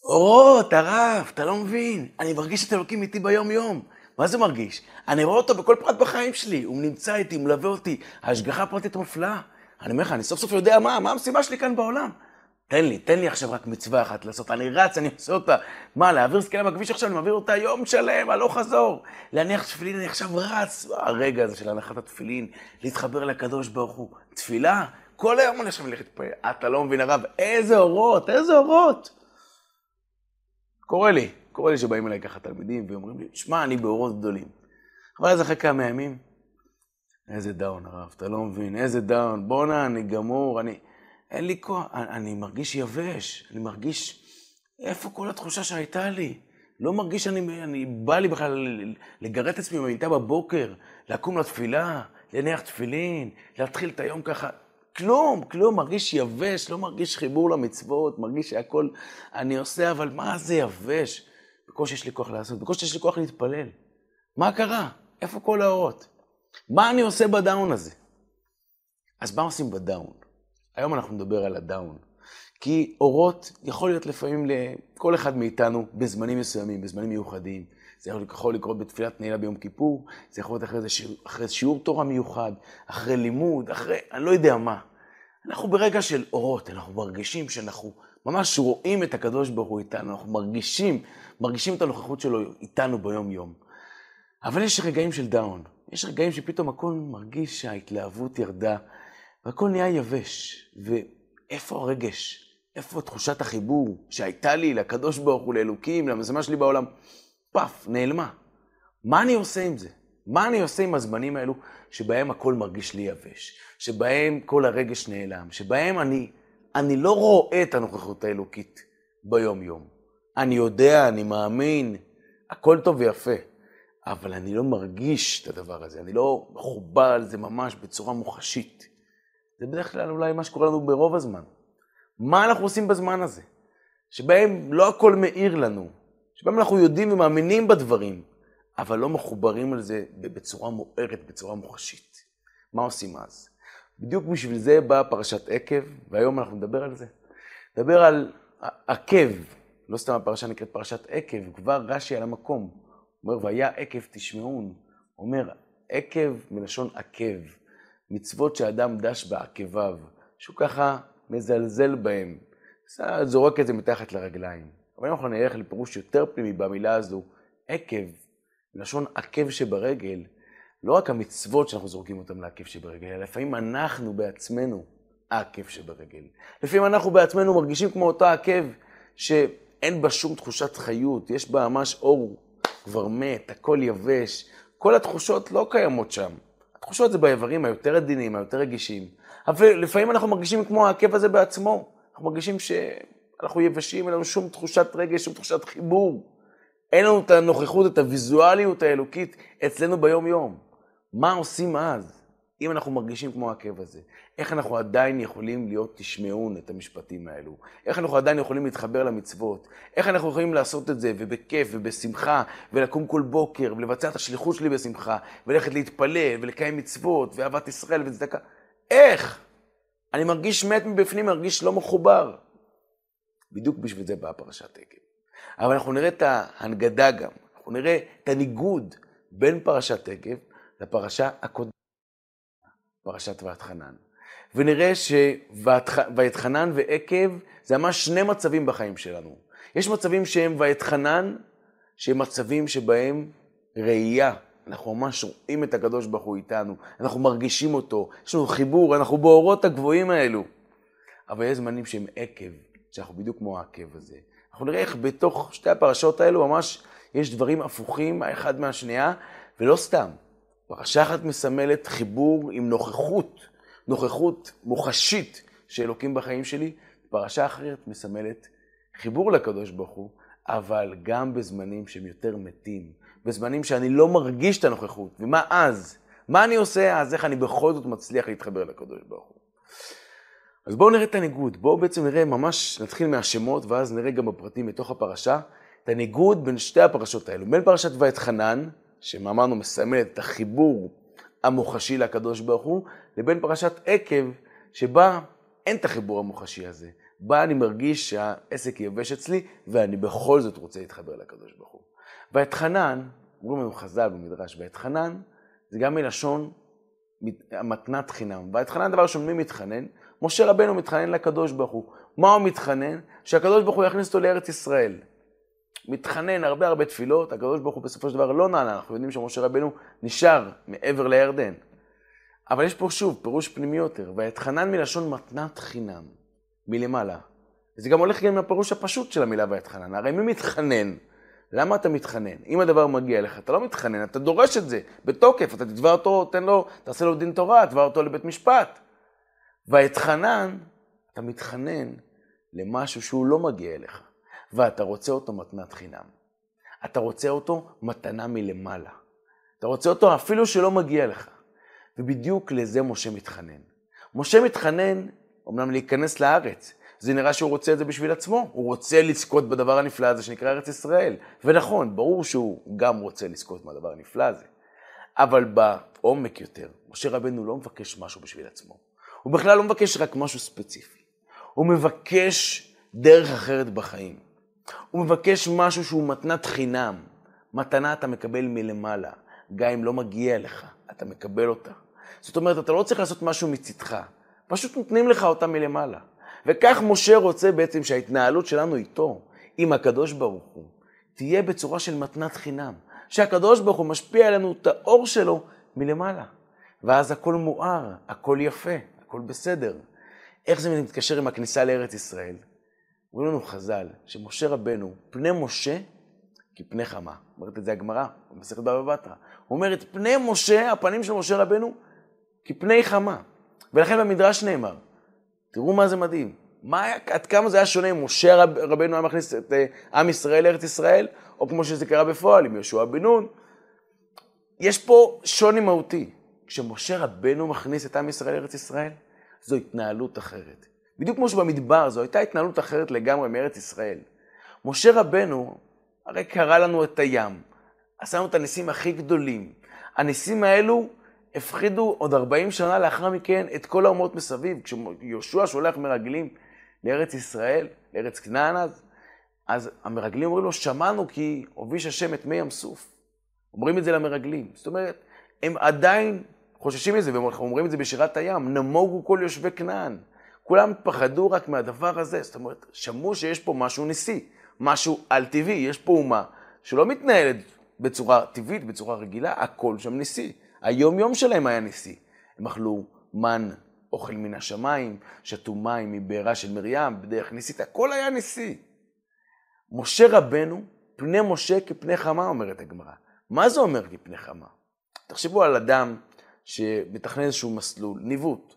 אורות, הרב, אתה לא מבין. אני מרגיש את אלוקים איתי ביום יום. מה זה מרגיש? אני רואה אותו בכל פרט בחיים שלי. הוא נמצא איתי, הוא מלווה אותי. ההשגחה הפרטית מופלאה. אני אומר לך, אני סוף סוף יודע מה המשימה שלי כאן בעולם. תן לי עכשיו רק מצווה אחת לעשות. אני רץ, אני עושה אותה. מה, להעביר סקילה בכביש עכשיו, אני מעביר אותה יום שלם, הלוך חזור. להניח תפילין, אני עכשיו רץ. הרגע הזה של הנחת התפילין, להתחבר לקדוש ברוך הוא. תפילה, כל היום אני עכשיו מלכת פה. אתה לא מבין הרב, איזה אורות, איזה אורות. קורה לי שבאים אליי ככה תלמידים ואומרים לי, שמע, אני באורות גדולים. אבל אז אחרי כמה ימים, איזה דאון הרב, אתה לא מבין, איזה דאון, בוא'נה, אני גמור, אין לי כוח, אני מרגיש יבש, אני מרגיש, איפה כל התחושה שהייתה לי? לא מרגיש שאני בא לי בכלל לגרד את עצמי במיטה בבוקר, לקום לתפילה, להניח תפילין, להתחיל את היום ככה. כלום, מרגיש יבש, לא מרגיש חיבור למצוות, מרגיש שהכל אני עושה, אבל מה זה יבש? בקושי יש לי כוח לעשות, בקושי יש לי כוח להתפלל. מה קרה? איפה כל האורות? מה אני עושה בדאון הזה? אז מה עושים בדאון? היום אנחנו נדבר על הדאון. כי אורות יכול להיות לפעמים לכל אחד מאיתנו בזמנים מסוימים, בזמנים מיוחדים. זה יכול לקרות בתפילת נעילה ביום כיפור, זה יכול להיות אחרי שיעור תורה מיוחד, אחרי לימוד, אני לא יודע מה. אנחנו ברגע של אורות, אנחנו מרגישים שאנחנו ממש רואים את הקדוש ברוך הוא איתנו, אנחנו מרגישים את הנוכחות שלו איתנו ביום יום. אבל יש רגעים של דאון, יש רגעים שפתאום הכל מרגיש שההתלהבות ירדה, והכל נהיה יבש. ואיפה הרגש? איפה תחושת החיבור שהייתה לי לקדוש ברוך הוא, לאלוקים, למשימה שלי בעולם? פף, נעלמה. מה אני עושה עם זה? מה אני עושה עם הזמנים האלו שבהם הכל מרגיש לי יבש? שבהם כל הרגש נעלם? שבהם אני לא רואה את הנוכחות האלוקית ביום יום. אני יודע, אני מאמין, הכל טוב ויפה. אבל אני לא מרגיש את הדבר הזה, אני לא מחובר על זה ממש בצורה מוחשית. זה בדרך כלל אולי מה שקורה לנו ברוב הזמן. מה אנחנו עושים בזמן הזה? שבהם לא הכל מאיר לנו, שבהם אנחנו יודעים ומאמינים בדברים, אבל לא מחוברים על זה בצורה מוארת, בצורה מוחשית. מה עושים אז? בדיוק בשביל זה באה פרשת עקב, והיום אנחנו נדבר על זה. נדבר על עקב, לא סתם הפרשה נקראת פרשת עקב, כבר רש"י על המקום. הוא אומר, והיה עקב תשמעון. הוא אומר, עקב מלשון עקב, מצוות שאדם דש בעקביו, שהוא ככה מזלזל בהם, זורק את זה מתחת לרגליים. אבל אנחנו נלך לפירוש יותר פנימי במילה הזו, עקב, מלשון עקב שברגל, לא רק המצוות שאנחנו זורקים אותם לעקב שברגל, אלא לפעמים אנחנו בעצמנו העקב שברגל. לפעמים אנחנו בעצמנו מרגישים כמו אותו עקב שאין בה שום תחושת חיות, יש בה ממש אור כבר מת, הכל יבש, כל התחושות לא קיימות שם. התחושות זה באיברים היותר עדינים, היותר רגישים. אבל לפעמים אנחנו מרגישים כמו העקב הזה בעצמו. אנחנו מרגישים שאנחנו יבשים, אין לנו שום תחושת רגש, שום תחושת חיבור. אין לנו את הנוכחות, את הוויזואליות האלוקית אצלנו ביום יום. מה עושים אז, אם אנחנו מרגישים כמו העקב הזה? איך אנחנו עדיין יכולים להיות תשמעון את המשפטים האלו? איך אנחנו עדיין יכולים להתחבר למצוות? איך אנחנו יכולים לעשות את זה ובכיף ובשמחה ולקום כל בוקר ולבצע את השליחות שלי בשמחה וללכת להתפלל ולקיים מצוות ואהבת ישראל וצדקה? איך? אני מרגיש מת מבפנים, מרגיש לא מחובר. בדיוק בשביל זה באה פרשת עקב. אבל אנחנו נראה את ההנגדה גם, אנחנו נראה את הניגוד בין פרשת עקב לפרשה הקודמת, פרשת ואתחנן. ונראה שוואתחנן ועקב זה ממש שני מצבים בחיים שלנו. יש מצבים שהם ואתחנן, שהם מצבים שבהם ראייה. אנחנו ממש רואים את הקדוש ברוך הוא איתנו, אנחנו מרגישים אותו, יש לנו חיבור, אנחנו באורות הגבוהים האלו. אבל יש זמנים שהם עקב, שאנחנו בדיוק כמו העקב הזה. אנחנו נראה איך בתוך שתי הפרשות האלו ממש יש דברים הפוכים האחד מהשנייה, ולא סתם. פרשה אחת מסמלת חיבור עם נוכחות מוחשית של אלוקים בחיים שלי, פרשה אחרת מסמלת חיבור לקדוש ברוך הוא, אבל גם בזמנים שהם יותר מתים, בזמנים שאני לא מרגיש את הנוכחות. ומה אז? מה אני עושה אז? איך אני בכל זאת מצליח להתחבר לקדוש ברוך הוא? אז בואו נראה את הניגוד. בואו בעצם נראה ממש, נתחיל מהשמות, ואז נראה גם בפרטים מתוך הפרשה, את הניגוד בין שתי הפרשות האלו. בין פרשת ואתחנן, שאמרנו מסמלת את החיבור המוחשי לקדוש ברוך הוא, לבין פרשת עקב, שבה אין את החיבור המוחשי הזה. בה אני מרגיש שהעסק יבש אצלי, ואני בכל זאת רוצה להתחבר לקדוש ברוך הוא. ואת חנן, אומרים לנו חז"ל במדרש, ואת חנן, זה גם מלשון מתנת חינם. ואת חנן דבר ראשון, מי מתחנן? משה רבנו מתחנן לקדוש ברוך הוא. מה הוא מתחנן? שהקדוש ברוך הוא יכניס אותו לארץ ישראל. מתחנן הרבה תפילות, הקדוש ברוך הוא בסופו של דבר לא נענה, אנחנו יודעים שמשה רבנו נשאר מעבר לירדן. אבל יש פה שוב פירוש פנימי יותר, ויתחנן מלשון מתנת חינם, מלמעלה. וזה גם הולך גם מהפירוש הפשוט של המילה ויתחנן. הרי מי מתחנן? למה אתה מתחנן? אם הדבר מגיע לך, אתה לא מתחנן, אתה דורש את זה בתוקף, אתה תתבע אותו, תן לו, תעשה לו דין תורה, תתבע אותו לבית משפט. ויתחנן, אתה מתחנן למשהו שהוא לא מגיע אליך, ואתה רוצה אותו מתנת חינם. אתה רוצה אותו מתנה מלמעלה. אתה רוצה אותו אפילו שלא מגיע לך. ובדיוק לזה משה מתחנן. משה מתחנן, אומנם להיכנס לארץ. זה נראה שהוא רוצה את זה בשביל עצמו. הוא רוצה לזכות בדבר הנפלא הזה שנקרא ארץ ישראל. ונכון, ברור שהוא גם רוצה לזכות בדבר הנפלא הזה. אבל בעומק יותר, משה רבנו לא מבקש משהו בשביל עצמו. הוא בכלל לא מבקש רק משהו ספציפי. הוא מבקש דרך אחרת בחיים. הוא מבקש משהו שהוא מתנת חינם. מתנה אתה מקבל מלמעלה. גם אם לא מגיע לך, אתה מקבל אותה. זאת אומרת, אתה לא צריך לעשות משהו מצדך. פשוט נותנים לך אותה מלמעלה. וכך משה רוצה בעצם שההתנהלות שלנו איתו, עם הקדוש ברוך הוא, תהיה בצורה של מתנת חינם. שהקדוש ברוך הוא משפיע עלינו את האור שלו מלמעלה. ואז הכל מואר, הכל יפה, הכל בסדר. איך זה מתקשר עם הכניסה לארץ ישראל? אומרים לנו חז"ל, שמשה רבנו, פני משה כפני חמה. אומרת את זה הגמרא, במסכת בבא בתרא. הוא אומר את פני משה, הפנים של משה רבנו, כפני חמה. ולכן במדרש נאמר, תראו מה זה מדהים. עד כמה זה היה שונה אם משה רבנו היה מכניס את עם ישראל לארץ ישראל, או כמו שזה קרה בפועל עם יהושע בן נון. יש פה שוני מהותי. כשמשה רבנו מכניס את עם ישראל לארץ ישראל, זו התנהלות אחרת. בדיוק כמו שבמדבר, זו הייתה התנהלות אחרת לגמרי מארץ ישראל. משה רבנו הרי קרא לנו את הים, עשה לנו את הניסים הכי גדולים. הניסים האלו הפחידו עוד 40 שנה לאחר מכן את כל האומות מסביב. כשיהושע שולח מרגלים לארץ ישראל, לארץ כנען אז המרגלים אומרים לו, שמענו כי הוביש השם את מי ים סוף. אומרים את זה למרגלים. זאת אומרת, הם עדיין חוששים מזה, והם אומרים את זה בשירת הים, נמוגו כל יושבי כנען. כולם פחדו רק מהדבר הזה. זאת אומרת, שמעו שיש פה משהו ניסי, משהו על טבעי. יש פה אומה שלא מתנהלת בצורה טבעית, בצורה רגילה, הכל שם ניסי. היום שלהם היה ניסי. הם אכלו מן, אוכל מן השמיים, שתו מים מבארה של מרים, בדרך ניסית, הכל היה ניסי. משה רבנו, פני משה כפני חמה, אומרת הגמרא. מה זה אומר כפני חמה? תחשבו על אדם שמתכנן איזשהו מסלול, ניווט.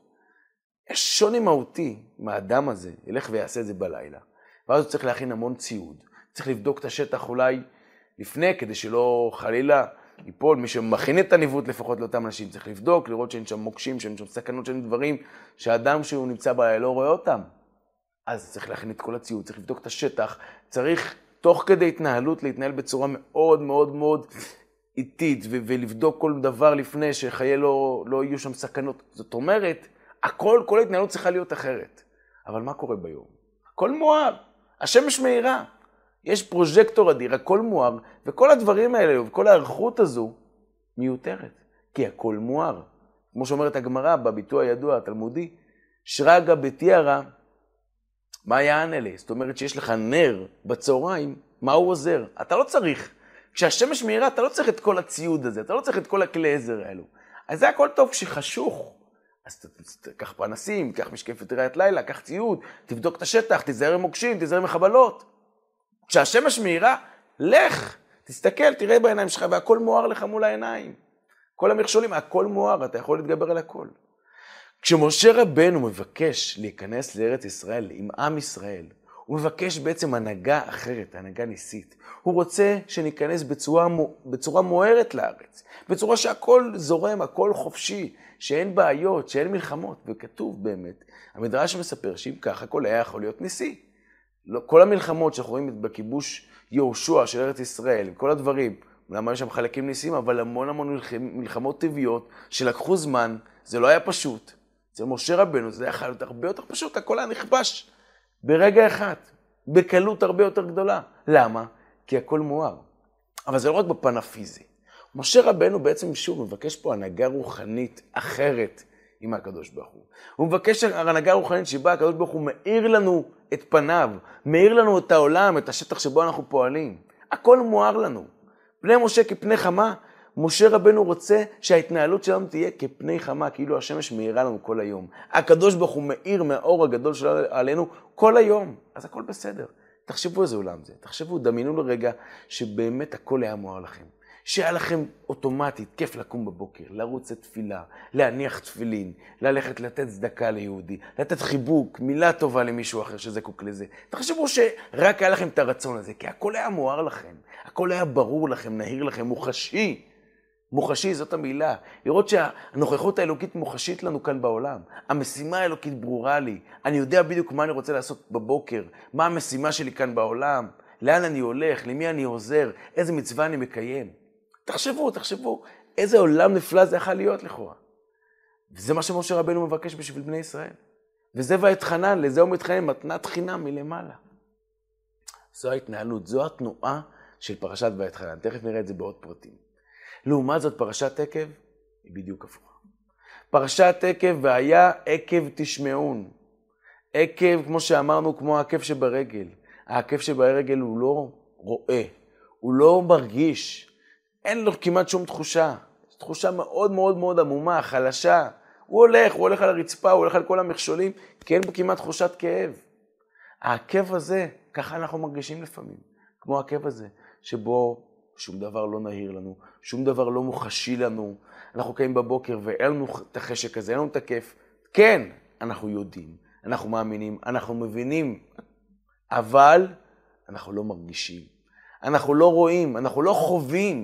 יש שוני מהותי מהאדם הזה, ילך ויעשה את זה בלילה. ואז הוא צריך להכין המון ציוד. צריך לבדוק את השטח אולי לפני, כדי שלא חלילה ייפול. מי שמכין את הניווט לפחות לאותם אנשים, צריך לבדוק, לראות שאין שם מוקשים, שאין שם סכנות, שאין דברים שהאדם שהוא נמצא בלילה לא רואה אותם. אז צריך להכין את כל הציוד, צריך לבדוק את השטח, צריך תוך כדי התנהלות להתנהל בצורה מאוד מאוד מאוד איטית, ולבדוק כל דבר לפני שחיי לא יהיו שם סכנות. זאת אומרת, כל ההתנהלות צריכה להיות אחרת. אבל מה קורה ביום? הכל מואר, השמש מאירה, יש פרוז'קטור אדיר, הכל מואר, וכל הדברים האלה וכל הערכות הזו מיותרת, כי הכל מואר. כמו שאומרת הגמרא בביטוי הידוע התלמודי, שרגא בתיארא, מה יענה לי? זאת אומרת שיש לך נר בצהריים, מה הוא עוזר? אתה לא צריך. כשהשמש מאירה, אתה לא צריך את כל הציוד הזה, אתה לא צריך את כל הכלי עזר האלו. אז זה הכל טוב כשחשוך. אז תקח פנסים, תקח משקפת ראיית לילה, תקח ציוד, תבדוק את השטח, תיזהר ממוקשים, תיזהר מחבלות. כשהשמש מאירה, לך, תסתכל, תראה בעיניים שלך, והכל מואר לך מול העיניים. כל המכשולים, הכל מואר, אתה יכול להתגבר על הכל. כשמשה רבנו מבקש להיכנס לארץ ישראל, עם עם ישראל, הוא מבקש בעצם הנהגה אחרת, הנהגה ניסית. הוא רוצה שניכנס בצורה מוארת לארץ, בצורה שהכל זורם, הכל חופשי, שאין בעיות, שאין מלחמות. וכתוב באמת, המדרש מספר שאם ככה הכל היה יכול להיות ניסי. כל המלחמות שאנחנו רואים בכיבוש יהושע של ארץ ישראל, עם כל הדברים, למה יש שם חלקים ניסים, אבל המון מלחמות טבעיות שלקחו זמן, זה לא היה פשוט. אצל משה רבנו זה היה יכול להיות הרבה יותר פשוט, הכל היה נכבש. ברגע אחד, בקלות הרבה יותר גדולה. למה? כי הכל מואר. אבל זה לא רק בפן הפיזי. משה רבנו בעצם שוב מבקש פה הנהגה רוחנית אחרת עם הקדוש ברוך הוא. הוא מבקש הנהגה רוחנית שבה הקדוש ברוך הוא מאיר לנו את פניו, מאיר לנו את העולם, את השטח שבו אנחנו פועלים. הכל מואר לנו. פני משה כפני חמה, משה רבנו רוצה שההתנהלות שלנו תהיה כפני חמה, כאילו השמש מאירה לנו כל היום. הקדוש ברוך הוא מאיר מהאור הגדול שלנו עלינו כל היום. אז הכל בסדר. תחשבו איזה עולם זה. תחשבו, דמיינו לרגע שבאמת הכל היה מואר לכם. שהיה לכם אוטומטית כיף לקום בבוקר, לרוץ לתפילה, להניח תפילין, ללכת לתת צדקה ליהודי, לתת חיבוק, מילה טובה למישהו אחר שזקוק לזה. תחשבו שרק היה לכם את הרצון הזה, כי הכל היה מואר לכם, הכל היה ברור לכם, נהיר לכם, מוחשי. מוחשי זאת המילה. לראות שהנוכחות האלוקית מוחשית לנו כאן בעולם. המשימה האלוקית ברורה לי. אני יודע בדיוק מה אני רוצה לעשות בבוקר, מה המשימה שלי כאן בעולם, לאן אני הולך, למי אני עוזר, איזה מצווה אני מקיים. תחשבו, איזה עולם נפלא זה יכול להיות לכאורה. וזה מה שמשה רבנו מבקש בשביל בני ישראל. וזה ואתחנן, לזה הוא מתחנן, מתנת חינם מלמעלה. זו ההתנהלות, זו התנועה של פרשת ואתחנן. תכף נראה את זה בעוד פרטים. לעומת זאת, פרשת עקב היא בדיוק הפוכה. פרשת עקב והיה עקב תשמעון. עקב, כמו שאמרנו, כמו העקב שברגל. העקב שברגל הוא לא רואה, הוא לא מרגיש. אין לו כמעט שום תחושה. תחושה מאוד מאוד מאוד עמומה, חלשה. הוא הולך על הרצפה, הוא הולך על כל המכשולים, כי אין בו כמעט תחושת כאב. העקב הזה, ככה אנחנו מרגישים לפעמים. כמו העקב הזה, שבו שום דבר לא נהיר לנו, שום דבר לא מוחשי לנו. אנחנו קיים בבוקר ואין לנו את החשק הזה, אין לנו את הכיף. כן, אנחנו יודעים, אנחנו מאמינים, אנחנו מבינים, אבל אנחנו לא מרגישים. אנחנו לא רואים, אנחנו לא חווים.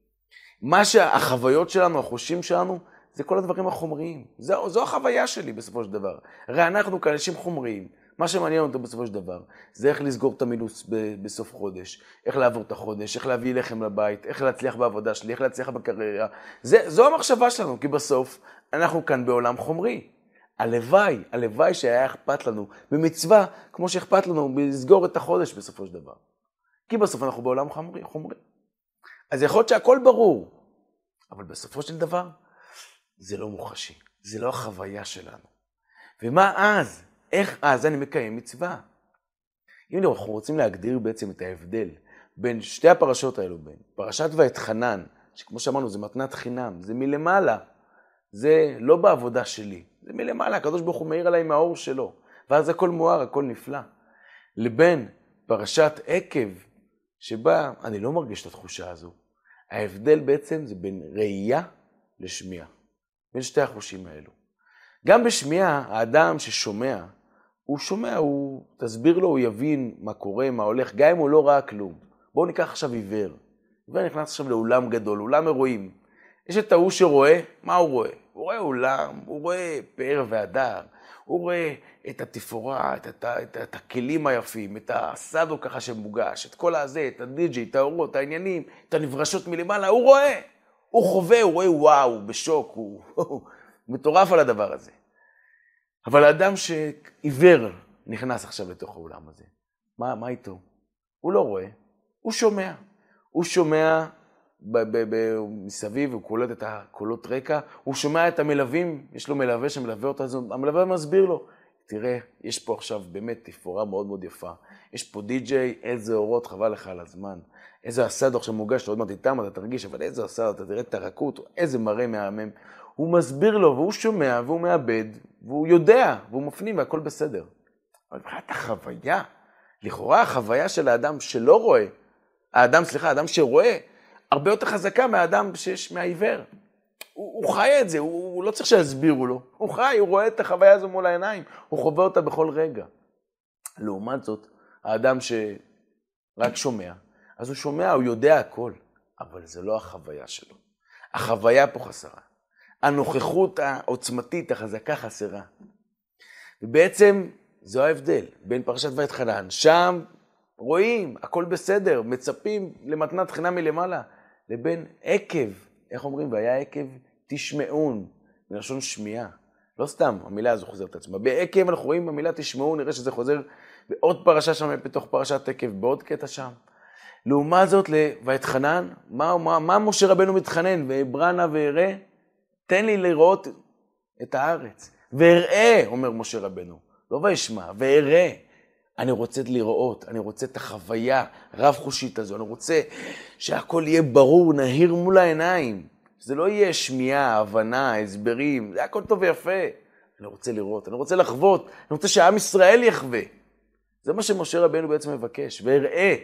מה שהחוויות שלנו, החושים שלנו, זה כל הדברים החומריים. זו החוויה שלי בסופו של דבר. הרי אנחנו כאנשים חומריים. מה שמעניין אותו בסופו של דבר, זה איך לסגור את המינוס בסוף חודש, איך לעבור את החודש, איך להביא לחם לבית, איך להצליח בעבודה שלי, איך להצליח בקריירה. זו המחשבה שלנו, כי בסוף אנחנו כאן בעולם חומרי. הלוואי שהיה אכפת לנו במצווה, כמו שאכפת לנו לסגור את החודש בסופו של דבר. כי בסוף אנחנו בעולם חומרי. אז יכול להיות שהכל ברור, אבל בסופו של דבר, זה לא מוחשי, זה לא החוויה שלנו. ומה אז? איך אז אני מקיים מצווה? אם אנחנו רוצים להגדיר בעצם את ההבדל בין שתי הפרשות האלו, בין פרשת ואתחנן, שכמו שאמרנו זה מתנת חינם, זה מלמעלה, זה לא בעבודה שלי, זה מלמעלה, הקדוש ברוך הוא מאיר עליי מהאור שלו, ואז הכל מואר, הכל נפלא. לבין פרשת עקב, שבה אני לא מרגיש את התחושה הזו. ההבדל בעצם זה בין ראייה לשמיעה, בין שתי החושים האלו. גם בשמיעה, האדם ששומע, הוא שומע, תסביר לו, הוא יבין מה קורה, מה הולך, גם אם הוא לא ראה כלום. בואו ניקח עכשיו עיוור. עיוור נכנס עכשיו לאולם גדול, אולם אירועים. יש את ההוא שרואה, מה הוא רואה? הוא רואה אולם, הוא רואה פאר והדר, הוא רואה את התפאורה, את הכלים היפים, את הסאדו ככה שמוגש, את כל הזה, את הדיג'י, את האורות, את העניינים, את הנברשות מלמעלה, הוא רואה. הוא חווה, הוא רואה וואו, הוא בשוק, הוא מטורף על הדבר הזה. אבל האדם שעיוור נכנס עכשיו לתוך העולם הזה, מה איתו? הוא לא רואה, הוא שומע. הוא שומע מסביב, הוא קולט את הקולות רקע, הוא שומע את המלווים, יש לו מלווה שמלווה אותה, המלווה מסביר לו, תראה, יש פה עכשיו באמת תפאורה מאוד מאוד יפה, יש פה די-ג'יי, איזה אורות, חבל לך על הזמן, איזה הסאדו עכשיו מוגש, עוד מעט איתם אתה תרגיש, אבל איזה הסאדו, אתה תראה את הרכות, איזה מראה מהמם, הוא מסביר לו, והוא שומע, והוא מאבד, והוא יודע, והוא מפנים, והכל בסדר. אבל מבחינת החוויה, לכאורה החוויה של האדם שלא רואה, האדם שרואה, הרבה יותר חזקה מהאדם שיש מהעיוור. הוא חי את זה, הוא לא צריך שיסבירו לו. הוא חי, הוא רואה את החוויה הזו מול העיניים, הוא חווה אותה בכל רגע. לעומת זאת, האדם שרק שומע, אז הוא שומע, הוא יודע הכל, אבל זה לא החוויה שלו. החוויה פה חסרה. הנוכחות העוצמתית, החזקה חסרה. ובעצם זו ההבדל בין פרשת ואתחנן. שם רואים, הכל בסדר, מצפים למתנת חינם מלמעלה, לבין עקב, איך אומרים? והיה עקב תשמעון, מלשון שמיעה. לא סתם, המילה הזו חוזרת עצמה. בעקב אנחנו רואים במילה תשמעון, נראה שזה חוזר ועוד פרשה שם בתוך פרשת עקב, בעוד קטע שם. לעומת זאת, ויתחנן, מה משה רבנו מתחנן? ואברא נא ואראה, תן לי לראות את הארץ. ואראה, אומר משה רבנו, לא וישמע, ואראה. אני רוצה לראות, אני רוצה את החוויה רב חושית הזו, אני רוצה שהכל יהיה ברור, נהיר מול העיניים. זה לא יהיה שמיעה, הבנה, הסברים, זה הכל טוב ויפה. אני רוצה לראות, אני רוצה לחוות, אני רוצה שהעם ישראל יחווה. זה מה שמשה רבנו בעצם מבקש, ואראה.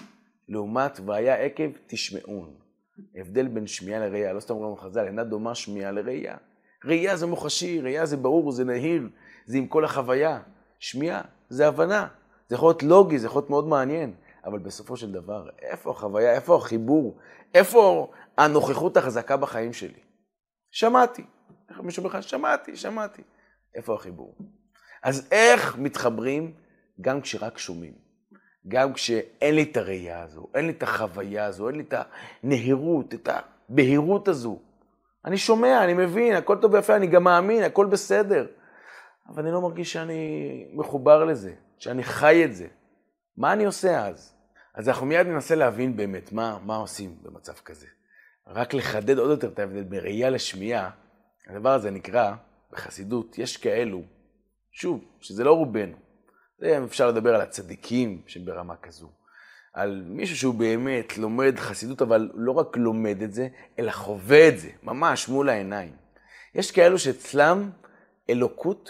לעומת והיה עקב תשמעון. הבדל בין שמיעה לראייה, לא סתם אומרים חז"ל, אינה דומה שמיעה לראייה. ראייה זה מוחשי, ראייה זה ברור, זה נהיר, זה עם כל החוויה. שמיעה זה הבנה, זה יכול להיות לוגי, זה יכול להיות מאוד מעניין, אבל בסופו של דבר, איפה החוויה, איפה החיבור, איפה הנוכחות החזקה בחיים שלי? שמעתי. מישהו אומר, שמעתי. איפה החיבור? אז איך מתחברים גם כשרק שומעים? גם כשאין לי את הראייה הזו, אין לי את החוויה הזו, אין לי את הנהירות, את הבהירות הזו. אני שומע, אני מבין, הכל טוב ויפה, אני גם מאמין, הכל בסדר. אבל אני לא מרגיש שאני מחובר לזה, שאני חי את זה. מה אני עושה אז? אז אנחנו מיד ננסה להבין באמת מה עושים במצב כזה. רק לחדד עוד יותר את ההבדל בראייה לשמיעה, הדבר הזה נקרא, בחסידות, יש כאלו, שוב, שזה לא רובנו. זה אפשר לדבר על הצדיקים שברמה כזו. על מישהו שהוא באמת לומד חסידות, אבל לא רק לומד את זה, אלא חווה את זה, ממש מול העיניים. יש כאלו שאצלם אלוקות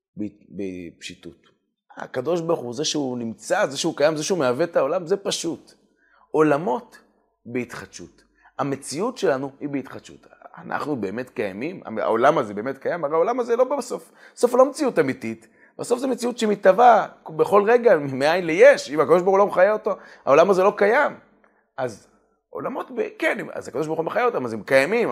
בפשיטות. הקדוש ברוך הוא, זה שהוא נמצא, זה שהוא קיים, זה שהוא מהווה את העולם, זה פשוט. עולמות בהתחדשות. המציאות שלנו היא בהתחדשות. אנחנו באמת קיימים, העולם הזה באמת קיים, הרי העולם הזה לא בסוף. בסוף לא מציאות אמיתית. בסוף זו מציאות שמתהווה בכל רגע, מאין ליש. אם הקדוש ברוך הוא לא מחיה אותו, העולם הזה לא קיים. אז עולמות, כן, אז הקדוש ברוך הוא מחיה אותם, אז הם קיימים,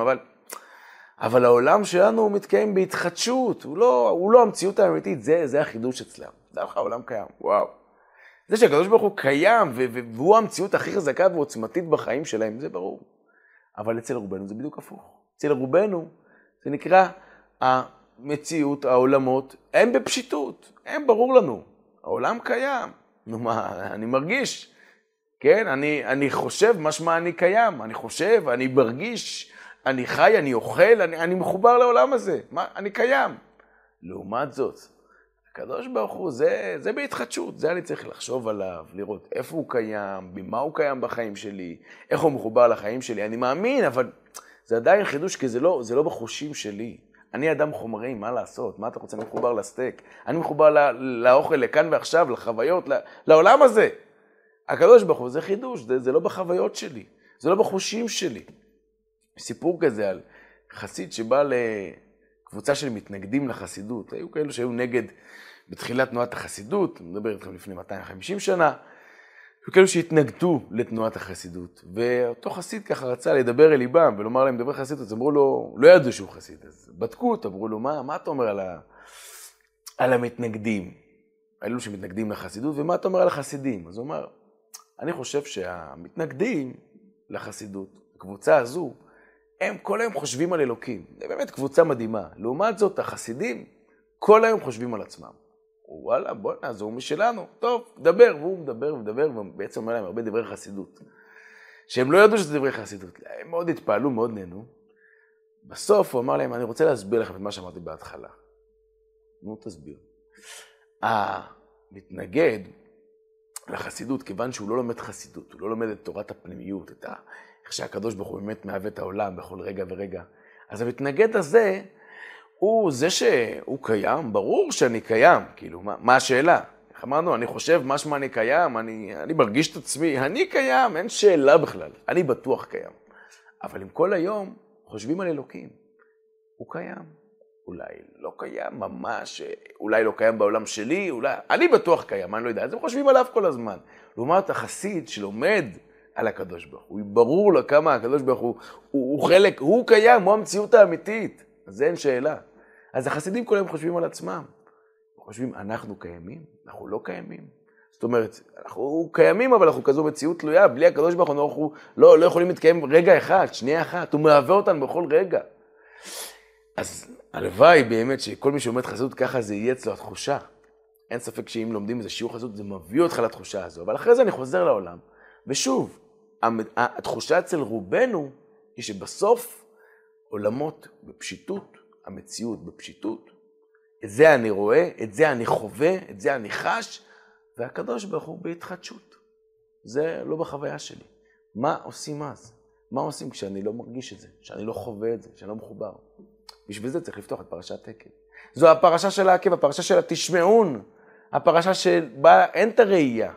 אבל העולם שלנו מתקיים בהתחדשות. הוא לא המציאות האמיתית, זה החידוש אצלם. זה העולם קיים, וואו. זה שהקדוש ברוך הוא קיים, והוא המציאות הכי חזקה ועוצמתית בחיים שלהם, זה ברור. אבל אצל רובנו זה בדיוק הפוך. אצל רובנו זה נקרא המציאות, העולמות, הם בפשיטות, הם ברור לנו. העולם קיים. נו מה, אני מרגיש. כן, אני חושב משמע אני קיים. אני חושב, אני מרגיש, אני חי, אני אוכל, אני מחובר לעולם הזה. אני קיים. לעומת זאת, הקדוש ברוך הוא, זה בהתחדשות. זה אני צריך לחשוב עליו, לראות איפה הוא קיים, במה הוא קיים בחיים שלי, איך הוא מחובר לחיים שלי. אני מאמין, אבל זה עדיין חידוש, כי זה לא בחושים שלי. אני אדם חומרי, מה לעשות? מה אתה רוצה? אני מחובר לסטייק. אני מחובר לאוכל, לכאן ועכשיו, לחוויות, לעולם הזה. הקדוש ברוך הוא, זה חידוש, זה לא בחוויות שלי. זה לא בחושים שלי. סיפור כזה על חסיד שבא לקבוצה של מתנגדים לחסידות. היו כאלו שהיו נגד בתחילת תנועת החסידות, מדבר איתכם לפני 250 שנה. היו כאלו שהתנגדו לתנועת החסידות. ואותו חסיד ככה רצה לדבר אל ליבם ולומר להם דבר חסידות. אז אמרו לו, לא ידעו שהוא חסיד. אז בדקו אותו, אמרו לו, מה אתה אומר על המתנגדים? אלו שמתנגדים לחסידות, ומה אתה אומר על החסידים? אז הוא אמר, אני חושב שהמתנגדים לחסידות, הקבוצה הזו, הם כל היום חושבים על אלוקים. זה באמת קבוצה מדהימה. לעומת זאת, החסידים כל היום חושבים על עצמם. וואלה, בוא נעזור משלנו. טוב, דבר. והוא מדבר, ובעצם אומר להם הרבה דברי חסידות. שהם לא ידעו שזה דברי חסידות. הם מאוד התפעלו, מאוד נהנו. בסוף הוא אמר להם, אני רוצה להסביר לכם את מה שאמרתי בהתחלה. נו, תסביר. המתנגד לחסידות, כיוון שהוא לא לומד חסידות, הוא לא לומד את תורת הפנימיות, איך שהקדוש ברוך הוא באמת מהווה את העולם בכל רגע ורגע. אז המתנגד הזה, הוא זה שהוא קיים, ברור שאני קיים, כאילו, מה השאלה? איך אמרנו, אני חושב משמע אני קיים, אני מרגיש את עצמי, אני קיים, אין שאלה בכלל, אני בטוח קיים. אבל אם כל היום חושבים על אלוקים, הוא קיים. אולי לא קיים ממש, אולי לא קיים בעולם שלי, אולי, אני בטוח קיים, אני לא יודע, אז הם חושבים עליו כל הזמן. לעומת החסיד שלומד על הקדוש ברוך הוא, ברור לו כמה הקדוש ברוך הוא חלק, הוא קיים, הוא המציאות האמיתית, אז זה אין שאלה. אז החסידים כל היום חושבים על עצמם, חושבים, אנחנו קיימים, אנחנו לא קיימים. זאת אומרת, אנחנו קיימים, אבל אנחנו כזו מציאות תלויה, בלי הקדוש ברוך הוא, אנחנו לא יכולים להתקיים רגע אחד, שנייה אחת, הוא מהווה אותנו בכל רגע. אז הלוואי באמת שכל מי שעומד חסידות ככה זה יהיה אצלו התחושה, אין ספק שאם לומדים איזה שיעור חסידות, זה מביא אותך לתחושה הזו. אבל אחרי זה אני חוזר לעולם. ושוב, התחושה אצל רובנו היא שבסוף עולמות בפשיטות, המציאות בפשיטות, את זה אני רואה, את זה אני חווה, את זה אני חש, והקדוש ברוך הוא בהתחדשות. זה לא בחוויה שלי. מה עושים אז? מה עושים כשאני לא מרגיש את זה, שאני לא חווה את זה, שאני לא מחובר? בשביל זה צריך לפתוח את פרשת עקב. זו הפרשה של העקב, הפרשה של התשמעון, הפרשה שבה אין את הראייה.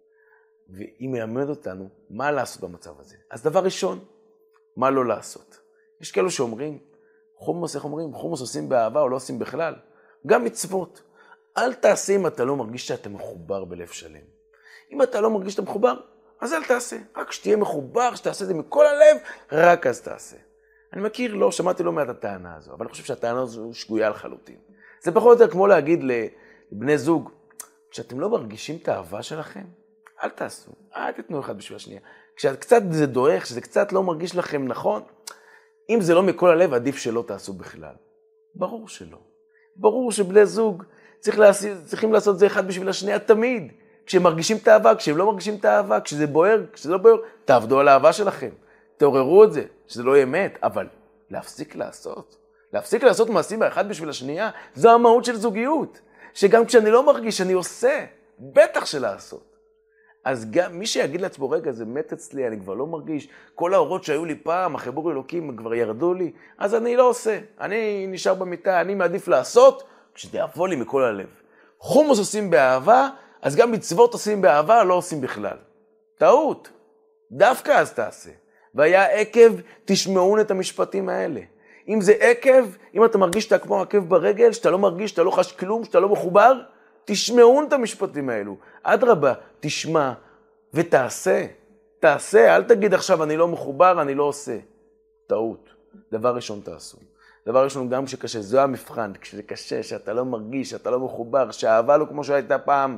והיא מלמד אותנו מה לעשות במצב הזה. אז דבר ראשון, מה לא לעשות. יש כאלו שאומרים, חומוס, איך אומרים? חומוס עושים באהבה או לא עושים בכלל. גם מצוות. אל תעשה אם אתה לא מרגיש שאתה מחובר בלב שלם. אם אתה לא מרגיש שאתה מחובר, אז אל תעשה. רק שתהיה מחובר, שתעשה את זה מכל הלב, רק אז תעשה. אני מכיר, לא, שמעתי לא מעט הטענה הזו, אבל אני חושב שהטענה הזו שגויה לחלוטין. זה פחות או יותר כמו להגיד לבני זוג, כשאתם לא מרגישים את האהבה שלכם, אל תעשו, אל תתנו אחד בשביל השנייה. כשקצת זה דורך, כשזה קצת לא מרגיש לכם נכון, אם זה לא מכל הלב, עדיף שלא תעשו בכלל. ברור שלא. ברור שבני זוג צריכים לעשות זה אחד בשביל השנייה תמיד. כשהם מרגישים את האהבה, כשהם לא מרגישים את האהבה, כשזה בוער, כשזה לא בוער, תעבדו על האהבה שלכם. תעוררו את זה, שזה לא יהיה מת, אבל להפסיק לעשות. להפסיק לעשות מעשים אחד בשביל השנייה, זו המהות של זוגיות. שגם כשאני לא מרגיש, אני עושה, בטח שלעשות. אז גם מי שיגיד לעצמו, רגע, זה מת אצלי, אני כבר לא מרגיש, כל האורות שהיו לי פעם, החיבור אלוקים, כבר ירדו לי, אז אני לא עושה. אני נשאר במיטה, אני מעדיף לעשות, כשזה יבוא לי מכל הלב. חומוס עושים באהבה, אז גם מצוות עושים באהבה, לא עושים בכלל. טעות. דווקא אז תעשה. והיה עקב, תשמעון את המשפטים האלה. אם זה עקב, אם אתה מרגיש שאתה כמו עקב ברגל, שאתה לא מרגיש, שאתה לא חש כלום, שאתה לא מחובר, תשמעון את המשפטים האלו. אדרבה, תשמע ותעשה. תעשה, אל תגיד עכשיו אני לא מחובר, אני לא עושה. טעות. דבר ראשון תעשו. דבר ראשון גם כשקשה, זו המבחן, כשזה קשה, שאתה לא מרגיש, שאתה לא מחובר, שהאהבה לא כמו שהייתה פעם,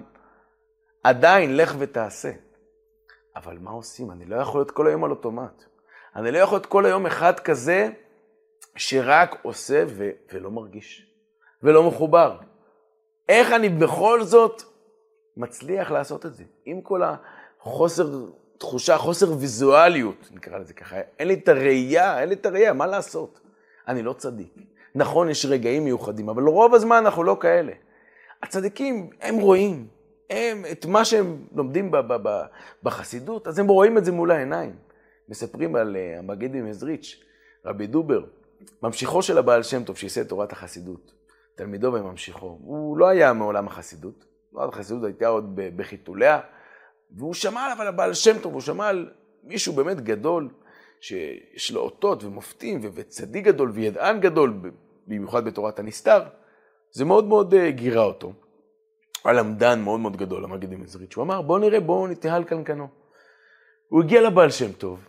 עדיין לך ותעשה. אבל מה עושים? אני לא יכול להיות כל היום על אוטומט. אני לא יכול להיות כל היום אחד כזה שרק עושה ולא מרגיש. ולא מחובר. איך אני בכל זאת מצליח לעשות את זה? עם כל החוסר תחושה, חוסר ויזואליות, נקרא לזה ככה. אין לי את הראייה, מה לעשות? אני לא צדיק. נכון, יש רגעים מיוחדים, אבל רוב הזמן אנחנו לא כאלה. הצדיקים, הם רואים. את מה שהם לומדים בחסידות, אז הם רואים את זה מול העיניים. מספרים על המגיד ממזריץ', רבי דובר, ממשיכו של הבעל שם טוב שיעשה את תורת החסידות. תלמידו וממשיכו. הוא לא היה מעולם החסידות. החסידות הייתה עוד בחיתוליה, והוא שמע עליו על הבעל שם טוב, הוא שמע על מישהו באמת גדול, שיש לו אותות ומופתים, וצדיק גדול וידען גדול, במיוחד בתורת הנסתר. זה מאוד מאוד גירה אותו. על עמדן מאוד מאוד גדול, המגיד ממזריץ'. הוא אמר, בוא נראה, בוא נתהל קנקנו. הוא הגיע לבעל שם טוב,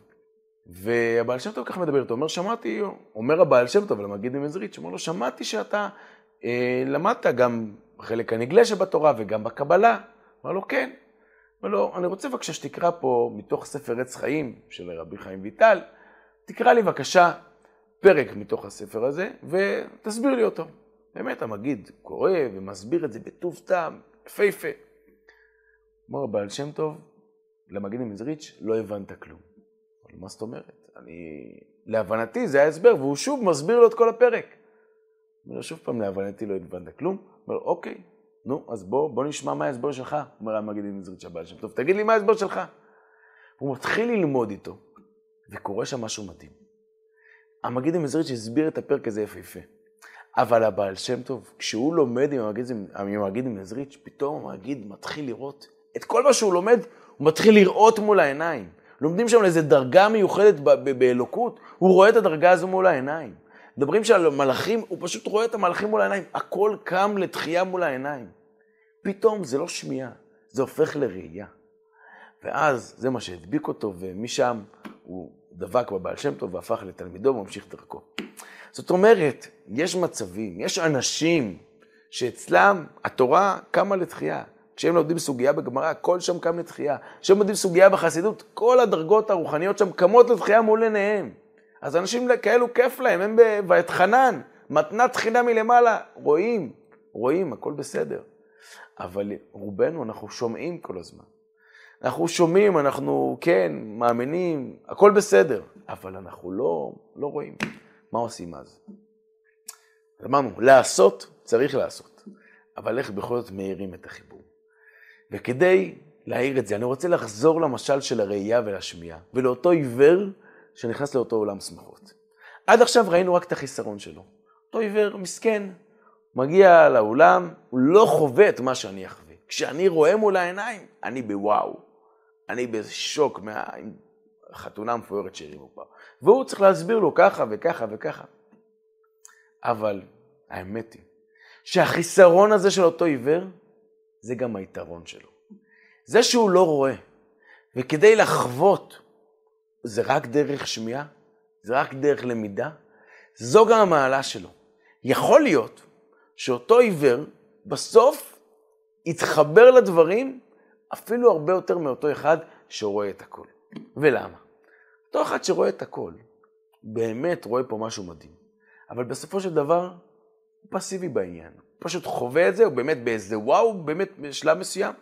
והבעל שם טוב ככה מדבר איתו, אומר הבעל שם טוב, למגיד ממזריץ', אומר לו, שמעתי שאתה למדת גם חלק הנגלה שבתורה וגם בקבלה. אמר לו, כן. אמר לו, אני רוצה בבקשה שתקרא פה מתוך ספר עץ חיים של רבי חיים ויטל, תקרא לי בבקשה פרק מתוך הספר הזה, ותסביר לי אותו. באמת, המגיד קורא ומסביר את זה בטוב טעם, יפהפה. אמר הבעל שם טוב, למגיד ממזריץ', לא הבנת כלום. אבל מה זאת אומרת? להבנתי זה ההסבר, והוא שוב מסביר לו את כל הפרק. אומר, שוב פעם, להבנתי לא הבנת כלום. אומר, אוקיי, נו, אז בוא נשמע מה ההסבר שלך. אומר המגיד ממזריץ' הבעל שם טוב, תגיד לי מה ההסבר שלך. הוא מתחיל ללמוד איתו, וקורא שם משהו מדהים. המגיד ממזריץ' הסביר את הפרק הזה יפהפה. אבל הבעל שם טוב, כשהוא לומד עם המגיד ממזריץ', פתאום המגיד מתחיל לראות את כל מה שהוא לומד, הוא מתחיל לראות מול העיניים. לומדים שם לאיזו דרגה מיוחדת באלוקות, הוא רואה את הדרגה הזו מול העיניים. מדברים שעל מלאכים, הוא פשוט רואה את המלאכים מול העיניים, הכל קם לתחייה מול העיניים. פתאום זה לא שמיעה, זה הופך לראייה. ואז זה מה שהדביק אותו, ומשם הוא דבק בבעל שם טוב והפך לתלמידו וממשיך דרכו. זאת אומרת, יש מצבים, יש אנשים שאצלם התורה קמה לתחייה. כשהם לומדים סוגיה בגמרא, הכל שם קם לתחייה. כשהם לומדים סוגיה בחסידות, כל הדרגות הרוחניות שם קמות לתחייה מול עיניהם. אז אנשים כאלו כיף להם, הם ואתחנן, מתנת חינם מלמעלה, רואים, הכל בסדר. אבל רובנו אנחנו שומעים כל הזמן. אנחנו שומעים, אנחנו כן, מאמינים, הכל בסדר, אבל אנחנו לא רואים. מה עושים אז? אמרנו, לעשות, צריך לעשות. אבל איך בכל זאת מאירים את החיבור? וכדי להעיר את זה, אני רוצה לחזור למשל של הראייה ולשמיעה, ולאותו עיוור שנכנס לאותו עולם שמחות. עד עכשיו ראינו רק את החיסרון שלו. אותו עיוור מסכן, מגיע לאולם, הוא לא חווה את מה שאני אחווה. כשאני רואה מול העיניים, אני בוואו. אני בשוק מהחתונה המפוארת שהרימו פה. והוא צריך להסביר לו ככה וככה וככה. אבל האמת היא, שהחיסרון הזה של אותו עיוור, זה גם היתרון שלו. זה שהוא לא רואה, וכדי לחוות, זה רק דרך שמיעה, זה רק דרך למידה, זו גם המעלה שלו. יכול להיות שאותו עיוור בסוף יתחבר לדברים אפילו הרבה יותר מאותו אחד שרואה את הכל. ולמה? אותו אחד שרואה את הכל, באמת רואה פה משהו מדהים. אבל בסופו של דבר, הוא פסיבי בעניין. הוא פשוט חווה את זה, הוא באמת באיזה וואו, באמת בשלב מסוים.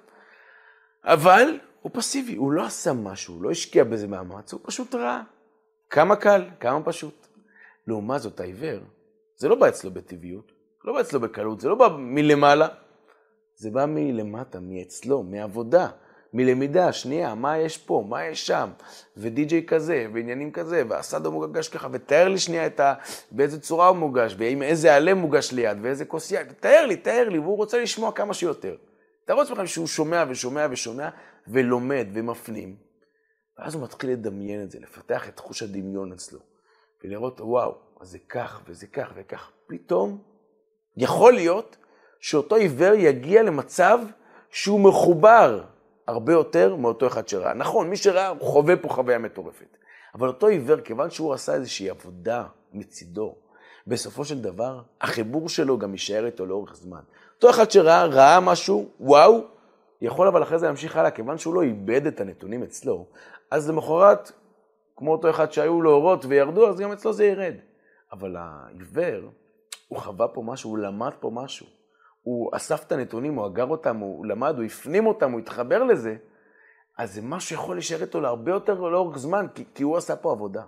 אבל הוא פסיבי, הוא לא עשה משהו, הוא לא השקיע בזה מאמץ, הוא פשוט ראה. כמה קל, כמה פשוט. לעומת זאת, העיוור, זה לא בא אצלו בטבעיות, לא בא אצלו בקלות, זה לא בא מלמעלה, זה בא מלמטה, מאצלו, מעבודה, מלמידה, שנייה, מה יש פה, מה יש שם, ודי-ג'יי כזה, ועניינים כזה, והסאדו מוגש ככה, ותאר לי שנייה באיזה צורה הוא מוגש, ועם איזה עלה מוגש ליד, ואיזה כוס יד, תאר לי, והוא רוצה לשמוע כמה שיותר. תארו לכם שהוא שומע ושומע ושומע, ולומד ומפנים, ואז הוא מתחיל לדמיין את זה, לפתח את חוש הדמיון אצלו, ולראות, וואו, אז זה כך וזה כך וכך. פתאום יכול להיות שאותו עיוור יגיע למצב שהוא מחובר הרבה יותר מאותו אחד שראה. נכון, מי שראה הוא חווה פה חוויה מטורפת. אבל אותו עיוור, כיוון שהוא עשה איזושהי עבודה מצידו, בסופו של דבר, החיבור שלו גם יישאר איתו לאורך זמן. אותו אחד ראה משהו, וואו, יכול אבל אחרי זה להמשיך הלאה, כיוון שהוא לא איבד את הנתונים אצלו, אז למחרת, כמו אותו אחד שהיו לו אורות וירדו, אז גם אצלו זה ירד. אבל העיוור, הוא חווה פה משהו, הוא למד פה משהו. הוא אסף את הנתונים, הוא אגר אותם, הוא למד, הוא הפנים אותם, הוא התחבר לזה, אז זה משהו שיכול להישאר איתו להרבה יותר לאורך זמן, כי הוא עשה פה עבודה.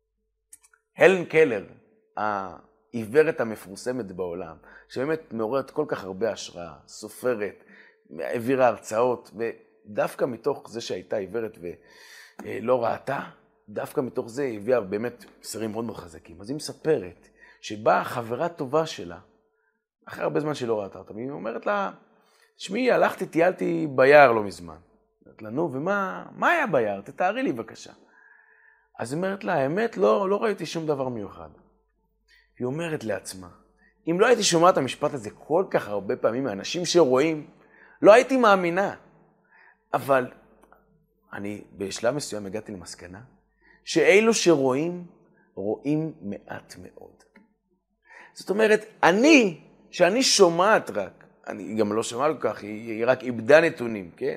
הלן קלר, העיוורת המפורסמת בעולם, שבאמת מעוררת כל כך הרבה השראה, סופרת, העבירה הרצאות, ודווקא מתוך זה שהייתה עיוורת ולא ראתה, דווקא מתוך זה היא הביאה באמת סרים מאוד מאוד חזקים. אז היא מספרת שבאה חברה טובה שלה, אחרי הרבה זמן שלא ראתה אותה, היא אומרת לה, שמי, הלכתי, טיילתי ביער לא מזמן. אומרת לה, נו, ומה היה ביער? תתארי לי בבקשה. אז היא אומרת לה, האמת, לא ראיתי שום דבר מיוחד. היא אומרת לעצמה, אם לא הייתי שומעת המשפט הזה כל כך הרבה פעמים מאנשים שרואים, לא הייתי מאמינה. אבל אני בשלב מסוים הגעתי למסקנה, שאלו שרואים, רואים מעט מאוד. זאת אומרת, שאני שומעת רק, אני גם לא שומעת כל כך, היא רק איבדה נתונים, כן?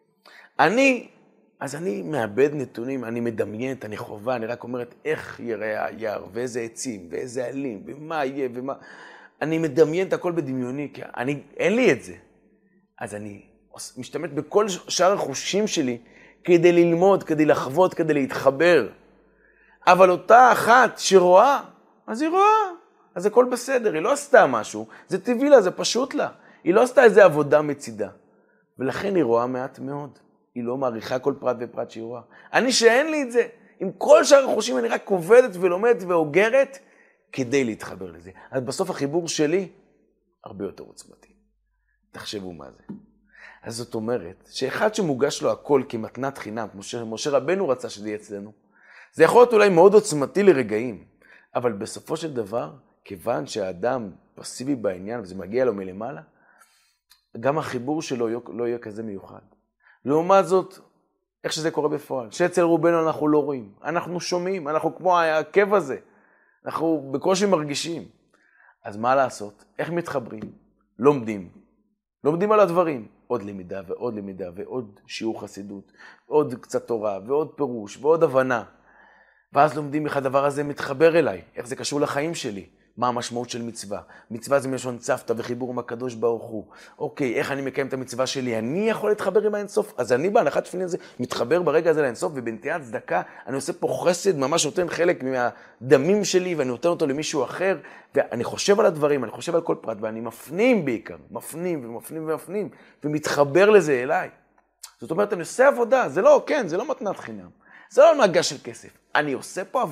אז אני מאבד נתונים, אני מדמיינת, אני חובה, אני רק אומרת איך יראה היער, ואיזה עצים, ואיזה עלים, ומה יהיה, ומה... אני מדמיינת הכל בדמיוני, כי אין לי את זה. אז אני משתמש בכל שאר החושים שלי, כדי ללמוד, כדי לחוות, כדי להתחבר. אבל אותה אחת שרואה, אז היא רואה. אז הכל בסדר, היא לא עשתה משהו, זה טבעי לה, זה פשוט לה. היא לא עשתה איזה עבודה מצידה. ולכן היא רואה מעט מאוד. היא לא מעריכה כל פרט ופרט שהיא רואה. אני שאין לי את זה. עם כל שאר החושים אני רק עובדת ולומדת ואוגרת כדי להתחבר לזה. אז בסוף החיבור שלי הרבה יותר עוצמתי. תחשבו מה זה. אז זאת אומרת, שאחד שמוגש לו הכל כמתנת חינם, כמו שמשה רבנו רצה שזה יהיה אצלנו, זה יכול להיות אולי מאוד עוצמתי לרגעים, אבל בסופו של דבר, כיוון שהאדם פסיבי בעניין וזה מגיע לו מלמעלה, גם החיבור שלו לא יהיה כזה מיוחד. לעומת זאת, איך שזה קורה בפועל, שאצל רובנו אנחנו לא רואים, אנחנו שומעים, אנחנו כמו העקב הזה, אנחנו בקושי מרגישים. אז מה לעשות? איך מתחברים? לומדים על הדברים. עוד למידה ועוד למידה ועוד שיעור חסידות, עוד קצת תורה ועוד פירוש ועוד הבנה. ואז לומדים איך הדבר הזה מתחבר אליי, איך זה קשור לחיים שלי. מה המשמעות של מצווה? מצווה זה מלשון צוותא וחיבור עם הקדוש ברוך הוא. אוקיי, איך אני מקיים את המצווה שלי? אני יכול להתחבר עם האינסוף? אז אני בהנחת תפילין הזה מתחבר ברגע הזה לאינסוף, ובנטיית צדקה אני עושה פה חסד, ממש נותן חלק מהדמים שלי, ואני נותן אותו למישהו אחר, ואני חושב על הדברים, אני חושב על כל פרט, ואני מפנים בעיקר, מפנים ומתחבר לזה אליי. זאת אומרת, אני עושה עבודה, זה לא, כן, זה לא מתנת חינם, זה לא מגע של כסף, אני עושה פה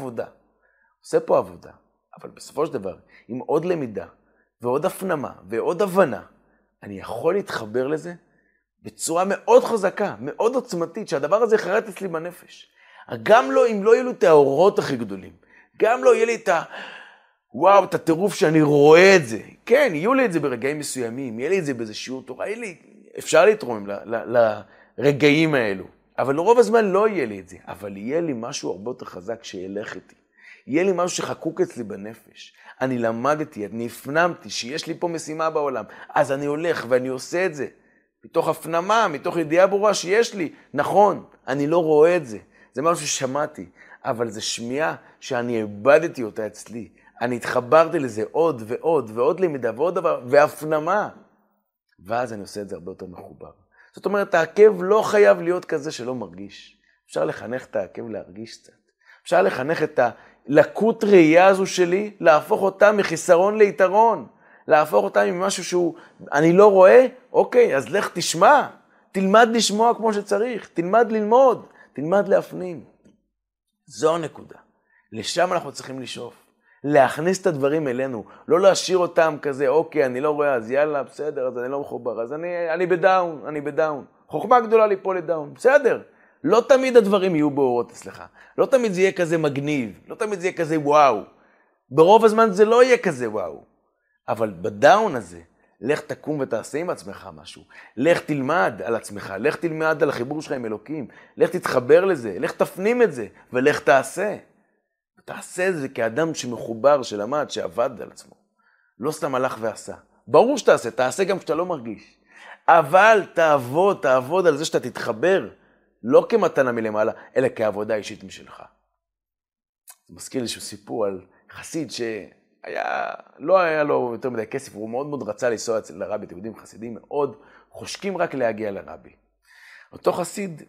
עבודה. אבל בסופו של דבר, עם עוד למידה, ועוד הפנמה, ועוד הבנה, אני יכול להתחבר לזה בצורה מאוד חזקה, מאוד עוצמתית, שהדבר הזה יחרט אצלי בנפש. גם לא, אם לא יהיו לי את האורות הכי גדולים, גם לא יהיה לי את הטירוף שאני רואה את זה. כן, יהיו לי את זה ברגעים מסוימים, יהיה לי את זה באיזה שיעור תורה, אפשר להתרומם לרגעים האלו. אבל לרוב הזמן לא יהיה לי את זה, אבל יהיה לי משהו הרבה יותר חזק שילך איתי. יהיה לי משהו שחקוק אצלי בנפש. אני למדתי, אני הפנמתי שיש לי פה משימה בעולם. אז אני הולך ואני עושה את זה. מתוך הפנמה, מתוך ידיעה ברורה שיש לי. נכון, אני לא רואה את זה. זה משהו ששמעתי. אבל זה שמיעה שאני איבדתי אותה אצלי. אני התחברתי לזה עוד ועוד ועוד למידה ועוד דבר, והפנמה. ואז אני עושה את זה הרבה יותר מחובר. זאת אומרת, העקב לא חייב להיות כזה שלא מרגיש. אפשר לחנך את העקב להרגיש קצת. אפשר לחנך את הלקות ראייה הזו שלי, להפוך אותה מחיסרון ליתרון, להפוך אותה ממשהו שהוא, אני לא רואה, אוקיי, אז לך תשמע, תלמד לשמוע כמו שצריך, תלמד ללמוד, תלמד להפנים. זו הנקודה. לשם אנחנו צריכים לשאוף. להכניס את הדברים אלינו, לא להשאיר אותם כזה, אוקיי, אני לא רואה, אז יאללה, בסדר, אז אני לא מחובר, אז אני בדאון. חוכמה גדולה ליפול לדאון, בסדר. לא תמיד הדברים יהיו באורות אצלך. לא תמיד זה יהיה כזה מגניב. לא תמיד זה יהיה כזה וואו. ברוב הזמן זה לא יהיה כזה וואו. אבל בדאון הזה, לך תקום ותעשה עם עצמך משהו. לך תלמד על עצמך. לך תלמד על החיבור שלך עם אלוקים. לך תתחבר לזה. לך תפנים את זה. ולך תעשה. תעשה את זה כאדם שמחובר, שלמד, שעבד על עצמו. לא סתם הלך ועשה. ברור שתעשה. תעשה גם כשאתה לא מרגיש. אבל תעבוד על זה שאתה תתחבר. לא כמתנה מלמעלה, אלא כעבודה אישית משלך. זה מזכיר לי שהוא סיפור על חסיד לא היה לו יותר מדי כסף, הוא מאוד מאוד רצה לנסוע אצל הרבי, אתם יודעים, חסידים מאוד חושקים רק להגיע לרבי. אותו חסיד,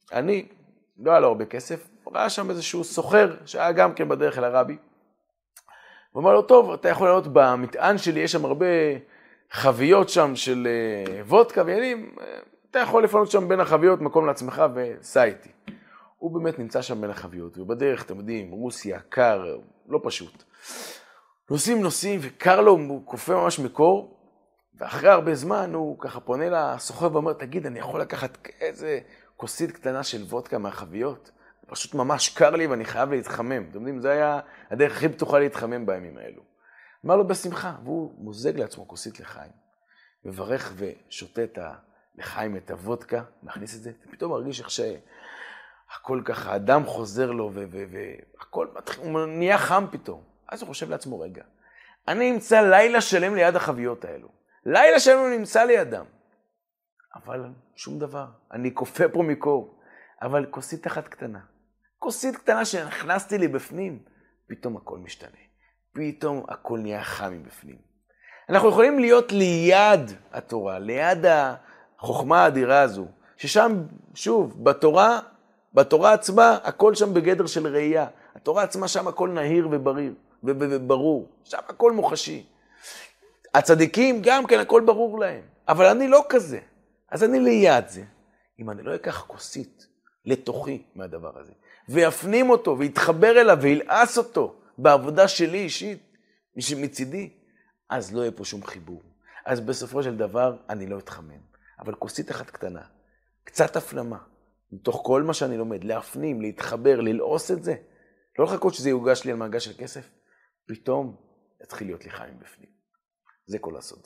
לא היה לו הרבה כסף, ראה שם איזשהו סוחר שהיה גם כן בדרך אל הרבי. הוא אמר לו, טוב, אתה יכול לעלות במטען שלי, יש שם הרבה חביות שם של וודקה ועניינים, אתה יכול לפנות שם בין החביות מקום לעצמך וסע איתי. הוא באמת נמצא שם בין החביות, ובדרך, אתם יודעים, רוסיה, קר, לא פשוט. נוסעים, וקר לו, הוא קופא ממש מקור, ואחרי הרבה זמן הוא ככה פונה לסוחר ואומר, תגיד, אני יכול לקחת איזה כוסית קטנה של וודקה מהחביות? פשוט ממש קר לי ואני חייב להתחמם. אתם יודעים, זה היה הדרך הכי פתוחה להתחמם בימים האלו. אמר לו בשמחה, והוא מוזג לעצמו כוסית לחיים, מברך ושותה לחיים את הוודקה, מכניס את זה, ופתאום מרגיש איך שהכל ככה, הדם חוזר לו, והכל הוא נהיה חם פתאום. אז הוא חושב לעצמו, רגע, אני נמצא לילה שלם ליד החביות האלו. לילה שלם הוא נמצא לידם. אבל שום דבר, אני קופא פה מקור. אבל כוסית אחת קטנה. כוסית קטנה שנכנסתי לי בפנים, פתאום הכל משתנה. פתאום הכל נהיה חם מבפנים. אנחנו יכולים להיות ליד התורה, ליד החוכמה האדירה הזו, ששם, שוב, בתורה עצמה, הכל שם בגדר של ראייה. התורה עצמה שם הכל נהיר וברור. שם הכל מוחשי. הצדיקים גם כן הכל ברור להם. אבל אני לא כזה. אז אני ליד זה. אם אני לא אקח כוסית לתוכי מהדבר הזה, ויפנים אותו, ויתחבר אליו, וילעס אותו, בעבודה שלי אישית, מצידי, אז לא יהיה פה שום חיבור. אז בסופו של דבר, אני לא אתחמם. אבל כוסית אחת קטנה, קצת הפנמה, מתוך כל מה שאני לומד, להפנים, להתחבר, ללעוס את זה, לא לחכות שזה יוגש לי על מעגל של כסף, פתאום יתחיל להיות לי חיים בפנים. זה כל הסוד.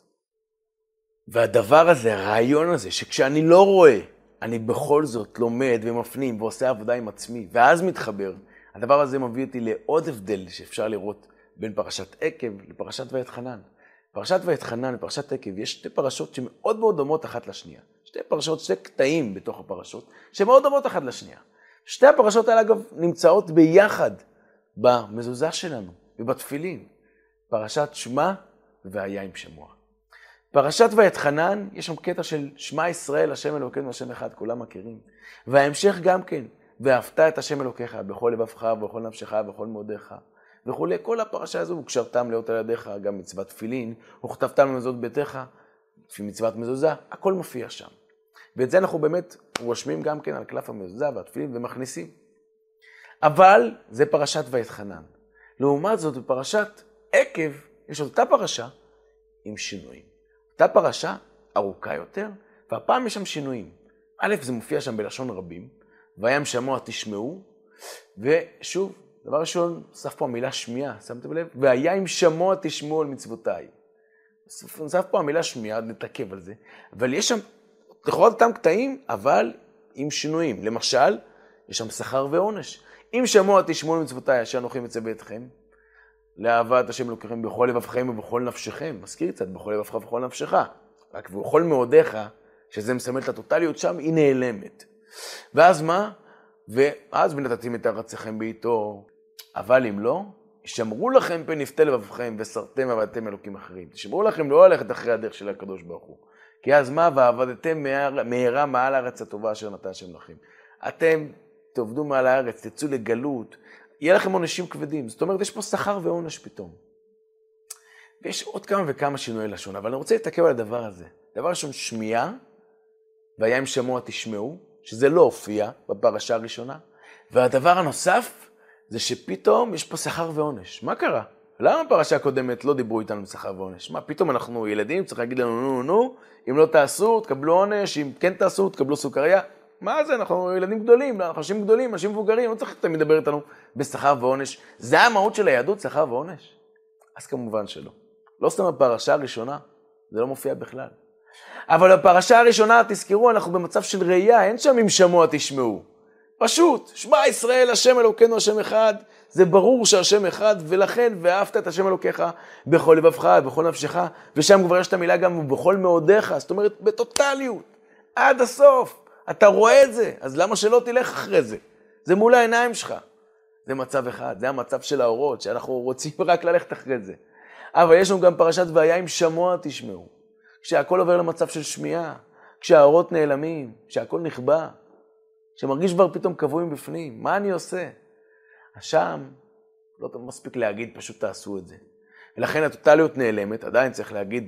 והדבר הזה, הרעיון הזה, שכשאני לא רואה, אני בכל זאת לומד ומפנים ועושה עבודה עם עצמי, ואז מתחבר, הדבר הזה מביא אותי לעוד הבדל שאפשר לראות בין פרשת עקב לפרשת ואתחנן. פרשת ואתחנן ופרשת עקב, יש שתי פרשות שמאוד מאוד דומות אחת לשנייה. שתי פרשות, שתי קטעים בתוך הפרשות, שמאוד דומות אחת לשנייה. שתי הפרשות האלה, אגב, נמצאות ביחד במזוזה שלנו ובתפילין. פרשת שמע והיה עם שמוע. פרשת ויתחנן, יש שם קטע של שמע ישראל, השם אלוקינו, השם אחד, כולם מכירים. וההמשך גם כן, ואהבת את השם אלוקיך בכל לבבך ובכל נפשך ובכל מאודיך. וכולי, כל הפרשה הזו, וקשרתם להיות על ידיך, גם מצוות תפילין, וכתבתם למזוזות ביתך, לפי מצוות מזוזה, הכל מופיע שם. ואת זה אנחנו באמת רושמים גם כן על קלף המזוזה והתפילין ומכניסים. אבל זה פרשת ויתחנן. לעומת זאת, בפרשת עקב, יש אותה פרשה עם שינויים. אותה פרשה ארוכה יותר, והפעם יש שם שינויים. א', זה מופיע שם בלשון רבים, והיה עם שמוע תשמעו, ושוב, דבר ראשון, נוסף פה המילה שמיעה, שמתם לב? והיה עם שמוע תשמעו על מצוותיי. נוסף פה המילה שמיעה, נתעכב על זה, אבל יש שם, לכאורה אותם קטעים, אבל עם שינויים. למשל, יש שם שכר ועונש. אם שמוע תשמעו על מצוותיי, אשר אנוכי מצווה אתכם, לאהבת השם אלוקיכם בכל לבבכם ובכל נפשכם. מזכיר קצת, בכל לבבך ובכל נפשך. רק בכל מאודיך, שזה מסמל את הטוטליות שם, היא נעלמת. ואז מה? ואז ונתתם את ארצכם בעיתו. אבל אם לא, שמרו לכם פן נפתה לבבכם וסרתם עבדתם אלוקים אחרים. תשמרו לכם לא ללכת אחרי הדרך של הקדוש ברוך הוא. כי אז מה? ועבדתם מהרה מעל הארץ הטובה אשר נתן השם לכם. אתם תעבדו מעל הארץ, תצאו לגלות, יהיה לכם עונשים כבדים. זאת אומרת, יש פה שכר ועונש פתאום. ויש עוד כמה וכמה שינויי לשון, אבל אני רוצה להתעכב על הדבר הזה. דבר ראשון, שמיעה, והיה עם שמוע תשמעו, שזה לא הופיע בפרשה הראשונה. והדבר הנוסף, זה שפתאום יש פה שכר ועונש. מה קרה? למה בפרשה הקודמת לא דיברו איתנו בשכר ועונש? מה, פתאום אנחנו ילדים, צריך להגיד לנו נו, אם לא תעשו, תקבלו עונש, אם כן תעשו, תקבלו סוכריה. מה זה? אנחנו ילדים גדולים, אנחנו אנשים גדולים, אנשים מבוגרים, לא צריך תמיד לדבר איתנו בשכר ועונש. זה המהות של היהדות, שכר ועונש? אז כמובן שלא. לא סתם בפרשה הראשונה, זה לא מופיע בכלל. אבל בפרשה הראשונה, תזכרו, אנחנו במצב של ראייה, אין שם עם שמוע תשמעו. פשוט, שמע ישראל, השם אלוקינו, השם אחד, זה ברור שהשם אחד, ולכן ואהבת את השם אלוקיך בכל לבבך, בכל נפשך, ושם כבר יש את המילה גם בכל מאודיך, זאת אומרת, בטוטליות, עד הסוף. אתה רואה את זה, אז למה שלא תלך אחרי זה? זה מול העיניים שלך. זה מצב אחד, זה המצב של האורות, שאנחנו רוצים רק ללכת אחרי זה. אבל יש לנו גם פרשת והיה עם שמוע תשמעו. כשהכל עובר למצב של שמיעה, כשהאורות נעלמים, כשהכל נכבה, כשמרגיש כבר פתאום קבועים בפנים, מה אני עושה? שם לא מספיק להגיד, פשוט תעשו את זה. ולכן הטוטליות נעלמת, עדיין צריך להגיד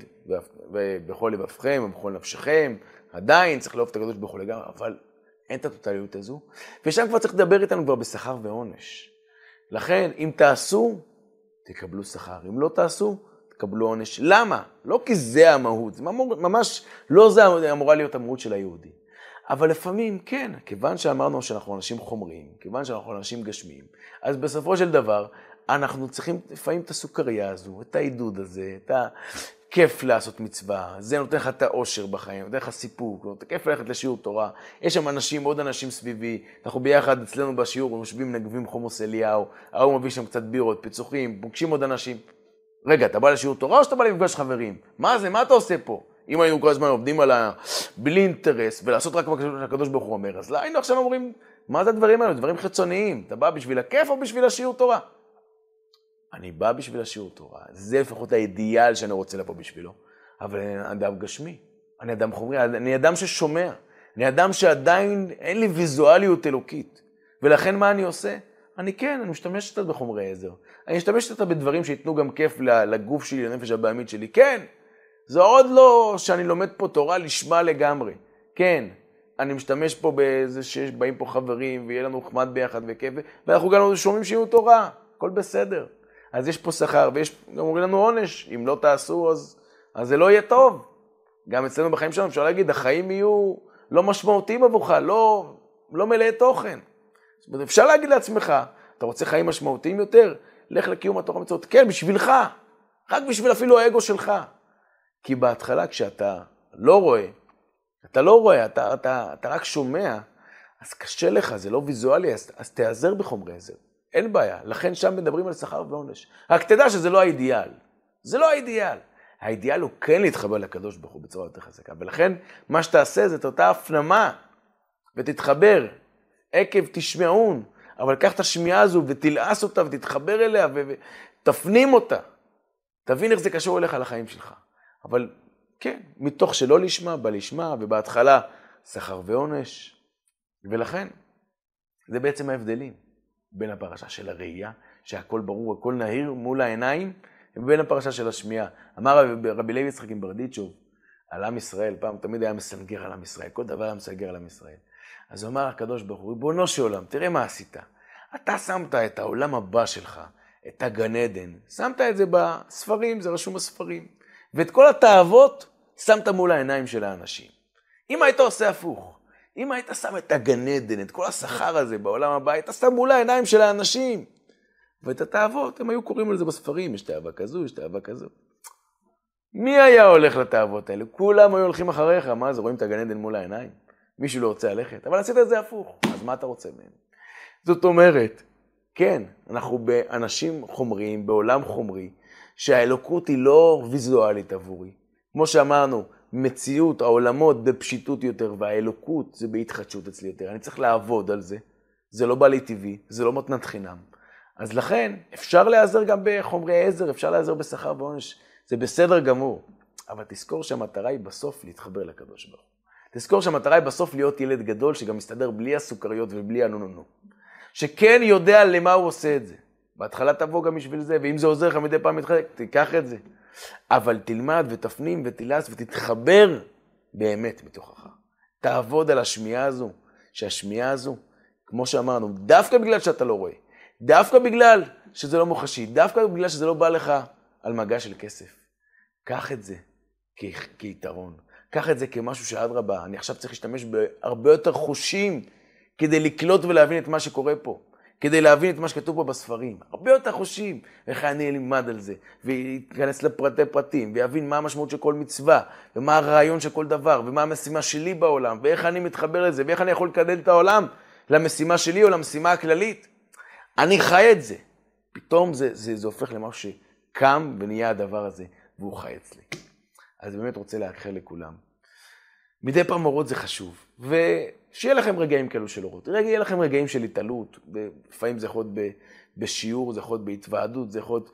בכל לבבכם ובכל נפשכם, עדיין צריך לאהוב את הקדוש ברוך הוא לגמרי, אבל אין את הטוטליות הזו. ושם כבר צריך לדבר איתנו כבר בשכר ועונש. לכן, אם תעשו, תקבלו שכר. אם לא תעשו, תקבלו עונש. למה? לא כי זה המהות. זה ממש לא זה אמורה להיות המהות של היהודי. אבל לפעמים, כן, כיוון שאמרנו שאנחנו אנשים חומריים, כיוון שאנחנו אנשים גשמיים, אז בסופו של דבר, אנחנו צריכים לפעמים את הסוכריה הזו, את העידוד הזה, את הכיף לעשות מצווה, זה נותן לך את האושר בחיים, נותן לך סיפוק, נותן כיף ללכת לשיעור תורה, יש שם אנשים, עוד אנשים סביבי, אנחנו ביחד אצלנו בשיעור, משבים נגבים חומוס אליהו, ההוא מביא שם קצת בירות, פיצוחים, פוגשים עוד אנשים. רגע, אתה בא לשיעור תורה או שאתה בא לפגוש חברים? מה זה? מה אתה עושה פה? אם היינו כל הזמן עובדים בלי אינטרס, ולעשות רק מה שהקדוש ברוך הוא אומר, אז לא היינו עכשיו אומרים, מה זה הדברים האלה? דברים חיצוניים, אתה בא בשביל הכיף או בשביל השיעור תורה? אני בא בשביל השיעור תורה, זה לפחות האידיאל שאני רוצה לבוא בשבילו, אבל אני אדם גשמי, אני אדם חומרי, אני אדם ששומע, אני אדם שעדיין אין לי ויזואליות אלוקית, ולכן מה אני עושה? אני משתמש אותה בחומרי עזר, אני משתמש אותה בדברים שיתנו גם כיף לגוף שלי, לנפש הבעמית שלי, כן, זה עוד לא שאני לומד פה תורה לשמה לגמרי, כן, אני משתמש פה באיזה שבאים פה חברים, ויהיה לנו חמד ביחד וכיף, ואנחנו גם שומעים שיעור תורה, הכל בסדר. אז יש פה שכר, ויש גם אומרים לנו עונש, אם לא תעשו, אז זה לא יהיה טוב. גם אצלנו בחיים שלנו אפשר להגיד, החיים יהיו לא משמעותיים עבורך, לא מלאי תוכן. זאת אומרת, אפשר להגיד לעצמך, אתה רוצה חיים משמעותיים יותר? לך לקיום התורה מצוות. כן, בשבילך, רק בשביל אפילו האגו שלך. כי בהתחלה כשאתה לא רואה, אתה רק שומע, אז קשה לך, זה לא ויזואלי, אז תעזר בחומרי עזר. אין בעיה, לכן שם מדברים על שכר ועונש. רק תדע שזה לא האידיאל. זה לא האידיאל. האידיאל הוא כן להתחבר לקדוש ברוך הוא בצורה יותר חזקה. ולכן מה שתעשה זה את אותה הפנמה, ותתחבר, עקב תשמעון, אבל קח את השמיעה הזו ותלעס אותה ותתחבר אליה ותפנים אותה. תבין איך זה קשור אליך לחיים שלך. אבל כן, מתוך שלא לשמה, בלשמה, ובהתחלה שכר ועונש. ולכן, זה בעצם ההבדלים בין הפרשה של הראייה, שהכל ברור, הכל נהיר מול העיניים, ובין הפרשה של השמיעה. אמר רבי לוי יצחק ברדיצ'וב, על עם ישראל, פעם תמיד היה מסנגר על עם ישראל, כל דבר היה מסנגר על עם ישראל. אז הוא אמר הקדוש ברוך הוא, ריבונו של עולם, תראה מה עשית. אתה שמת את העולם הבא שלך, את הגן עדן, שמת את זה בספרים, זה רשום בספרים. ואת כל התאוות שמת מול העיניים של האנשים. אם היית עושה הפוך, אם היית שם את הגן עדן, את כל השכר הזה בעולם הבא, היית שם מול העיניים של האנשים. ואת התאוות, הם היו קוראים על זה בספרים, יש תאווה כזו, יש תאווה כזו. מי היה הולך לתאוות האלה? כולם היו הולכים אחריך, מה זה, רואים את הגן עדן מול העיניים? מישהו לא רוצה ללכת, אבל עשית את זה הפוך, אז מה אתה רוצה מהם? זאת אומרת, כן, אנחנו באנשים חומריים, בעולם חומרי, שהאלוקות היא לא ויזואלית עבורי. כמו שאמרנו, מציאות, העולמות בפשיטות יותר, והאלוקות זה בהתחדשות אצלי יותר. אני צריך לעבוד על זה, זה לא בא לי טבעי, זה לא מתנת חינם. אז לכן, אפשר להיעזר גם בחומרי עזר, אפשר להיעזר בשכר ועונש, זה בסדר גמור. אבל תזכור שהמטרה היא בסוף להתחבר לקדוש ברוך הוא. תזכור שהמטרה היא בסוף להיות ילד גדול, שגם מסתדר בלי הסוכריות ובלי הנונונו. שכן יודע למה הוא עושה את זה. בהתחלה תבוא גם בשביל זה, ואם זה עוזר לך מדי פעם מתחלק, תיקח את זה. אבל תלמד ותפנים ותילס ותתחבר באמת מתוכך. תעבוד על השמיעה הזו, שהשמיעה הזו, כמו שאמרנו, דווקא בגלל שאתה לא רואה, דווקא בגלל שזה לא מוחשי, דווקא בגלל שזה לא בא לך על מגע של כסף. קח את זה כיתרון. קח את זה כמשהו שאדרבה, אני עכשיו צריך להשתמש בהרבה יותר חושים כדי לקלוט ולהבין את מה שקורה פה. כדי להבין את מה שכתוב פה בספרים. הרבה יותר חושים איך אני אלמד על זה, ויכנס לפרטי פרטים, ויבין מה המשמעות של כל מצווה, ומה הרעיון של כל דבר, ומה המשימה שלי בעולם, ואיך אני מתחבר לזה, ואיך אני יכול לקדם את העולם למשימה שלי או למשימה הכללית. אני חי את זה. פתאום זה הופך למשהו שקם ונהיה הדבר הזה, והוא חי אצלי. אז באמת רוצה לאחל לכולם. מדי פעם אורות זה חשוב, ושיהיה לכם רגעים כאלו של אורות. יהיה לכם רגעים של התעלות, לפעמים זה יכול להיות בשיעור, זה יכול להיות בהתוועדות, זה יכול להיות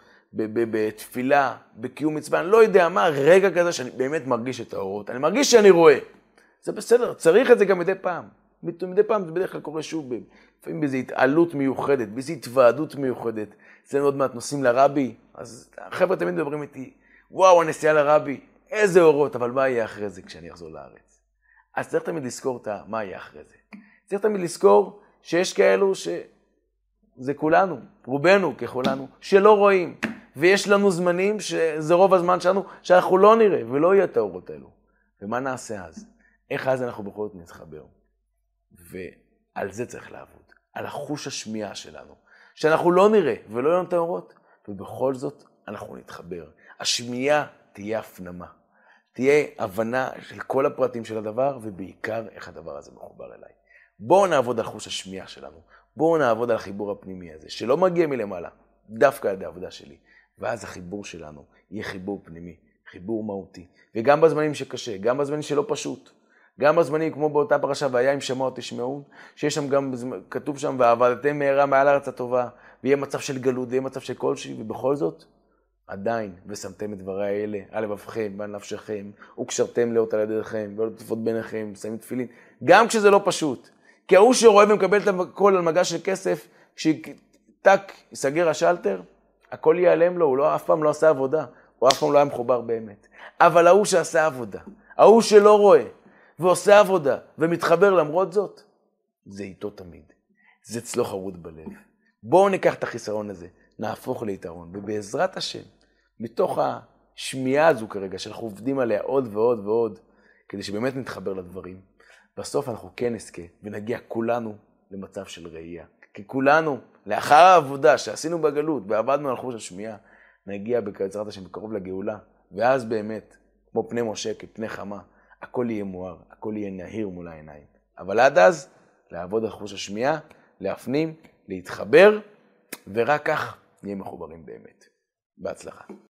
בתפילה, בקיום מצווה, אני לא יודע מה, רגע כזה שאני באמת מרגיש את האורות, אני מרגיש שאני רואה. זה בסדר, צריך את זה גם מדי פעם. מדי פעם זה בדרך כלל קורה שוב, לפעמים באיזו התעלות מיוחדת, באיזו התוועדות מיוחדת. אצלנו עוד מעט נוסעים לרבי, אז החבר'ה תמיד מדברים איתי, וואו, הנסיעה לרבי, איזה אורות, אבל מה יהיה אחרי זה כשאני אחזור לארץ? אז צריך תמיד לזכור מה יהיה אחרי זה. צריך תמיד לזכור שיש כאלו שזה כולנו, רובנו ככולנו, שלא רואים. ויש לנו זמנים שזה רוב הזמן שלנו, שאנחנו לא נראה ולא יהיה את האורות האלו. ומה נעשה אז? איך אז אנחנו בכל זאת נתחבר? ועל זה צריך לעבוד. על החוש השמיעה שלנו. שאנחנו לא נראה ולא יהיה לנו את האורות, ובכל זאת אנחנו נתחבר. השמיעה תהיה הפנמה. תהיה הבנה של כל הפרטים של הדבר, ובעיקר איך הדבר הזה מחובר אליי. בואו נעבוד על חוש השמיעה שלנו. בואו נעבוד על החיבור הפנימי הזה, שלא מגיע מלמעלה, דווקא על העבודה שלי. ואז החיבור שלנו יהיה חיבור פנימי, חיבור מהותי. וגם בזמנים שקשה, גם בזמנים שלא פשוט. גם בזמנים כמו באותה פרשה, והיה אם שמוע תשמעון, שיש שם גם, כתוב שם, ועבדתם מהרה מעל הארץ הטובה, ויהיה מצב של גלות, ויהיה מצב של כלשהי, ובכל זאת, עדיין, ושמתם את דברי האלה, על לבבכם ועל נפשכם, וקשרתם לאות על ידיכם, ולא תפות ביניכם, שמים תפילין, גם כשזה לא פשוט. כי ההוא שרואה ומקבל את הכל על מגע של כסף, כשטק יסגר השלטר, הכל ייעלם לו, הוא לא, אף פעם לא עשה עבודה, הוא אף פעם לא היה מחובר באמת. אבל ההוא שעשה עבודה, ההוא שלא רואה, ועושה עבודה, ומתחבר למרות זאת, זה איתו תמיד. זה אצלו חרוט בלב. בואו ניקח את החיסרון הזה, נהפוך ליתרון, ובעזרת השם, מתוך השמיעה הזו כרגע, שאנחנו עובדים עליה עוד ועוד ועוד, כדי שבאמת נתחבר לדברים, בסוף אנחנו כן נזכה, ונגיע כולנו למצב של ראייה. כי כולנו, לאחר העבודה שעשינו בגלות, ועבדנו על חוש השמיעה, נגיע בעזרת השם בקרוב לגאולה, ואז באמת, כמו פני משה, כפני חמה, הכל יהיה מואר, הכל יהיה נהיר מול העיניים. אבל עד אז, לעבוד על חוש השמיעה, להפנים, להתחבר, ורק כך נהיה מחוברים באמת. בהצלחה.